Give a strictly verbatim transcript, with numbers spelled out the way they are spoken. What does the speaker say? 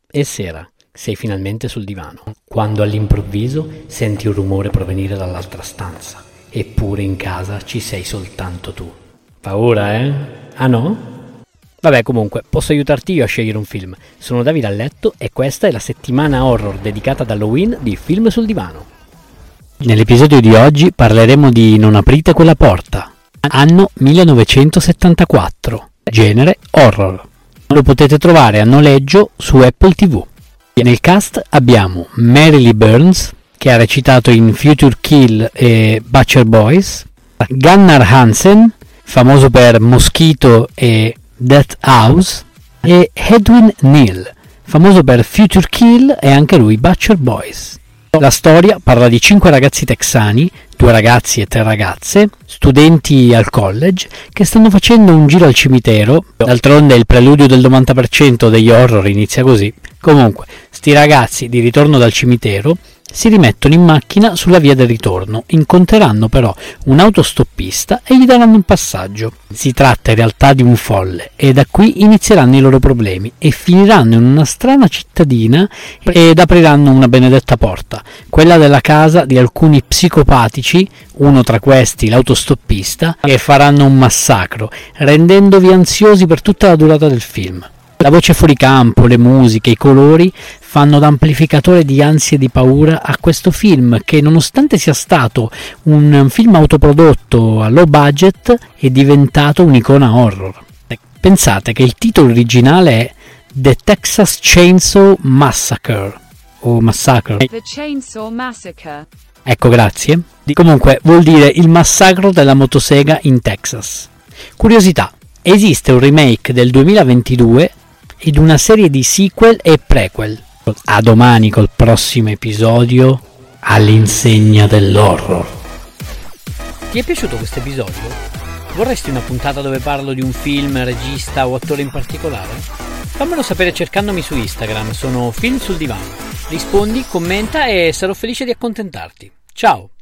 E sera, sei finalmente sul divano, quando all'improvviso senti un rumore provenire dall'altra stanza, eppure in casa ci sei soltanto tu. Paura, eh? Ah no? Vabbè, comunque, posso aiutarti io a scegliere un film. Sono Davide a letto e questa è la settimana horror dedicata ad Halloween di Film sul Divano. Nell'episodio di oggi parleremo di Non aprite quella porta, anno millenovecentosettantaquattro, genere horror. Lo potete trovare a noleggio su Apple tivù. Nel cast abbiamo Mary Lee Burns, che ha recitato in Future Kill e Butcher Boys, Gunnar Hansen, famoso per Mosquito e Death House, e Edwin Neal, famoso per Future Kill e anche lui Butcher Boys. La storia parla di cinque ragazzi texani, due ragazzi e tre ragazze, studenti al college, che stanno facendo un giro al cimitero. D'altronde il preludio del novanta per cento degli horror inizia così. Comunque, sti ragazzi di ritorno dal cimitero si rimettono in macchina sulla via del ritorno, incontreranno però un autostoppista e gli daranno un passaggio. Si tratta in realtà di un folle e da qui inizieranno i loro problemi e finiranno in una strana cittadina ed apriranno una benedetta porta, quella della casa di alcuni psicopatici, uno tra questi l'autostoppista, che faranno un massacro, rendendovi ansiosi per tutta la durata del film. La voce fuori campo, le musiche, i colori fanno da amplificatore di ansie e di paura a questo film che, nonostante sia stato un film autoprodotto a low budget, è diventato un'icona horror. Pensate che il titolo originale è The Texas Chainsaw Massacre o Massacre. The Chainsaw Massacre. Ecco, grazie. Comunque vuol dire il massacro della motosega in Texas. Curiosità, esiste un remake del duemilaventidue ed una serie di sequel e prequel. A domani col prossimo episodio all'insegna dell'horror. Ti è piaciuto questo episodio? Vorresti una puntata dove parlo di un film, regista o attore in particolare? Fammelo sapere cercandomi su Instagram, sono Film sul Divano. Rispondi, commenta e sarò felice di accontentarti. Ciao!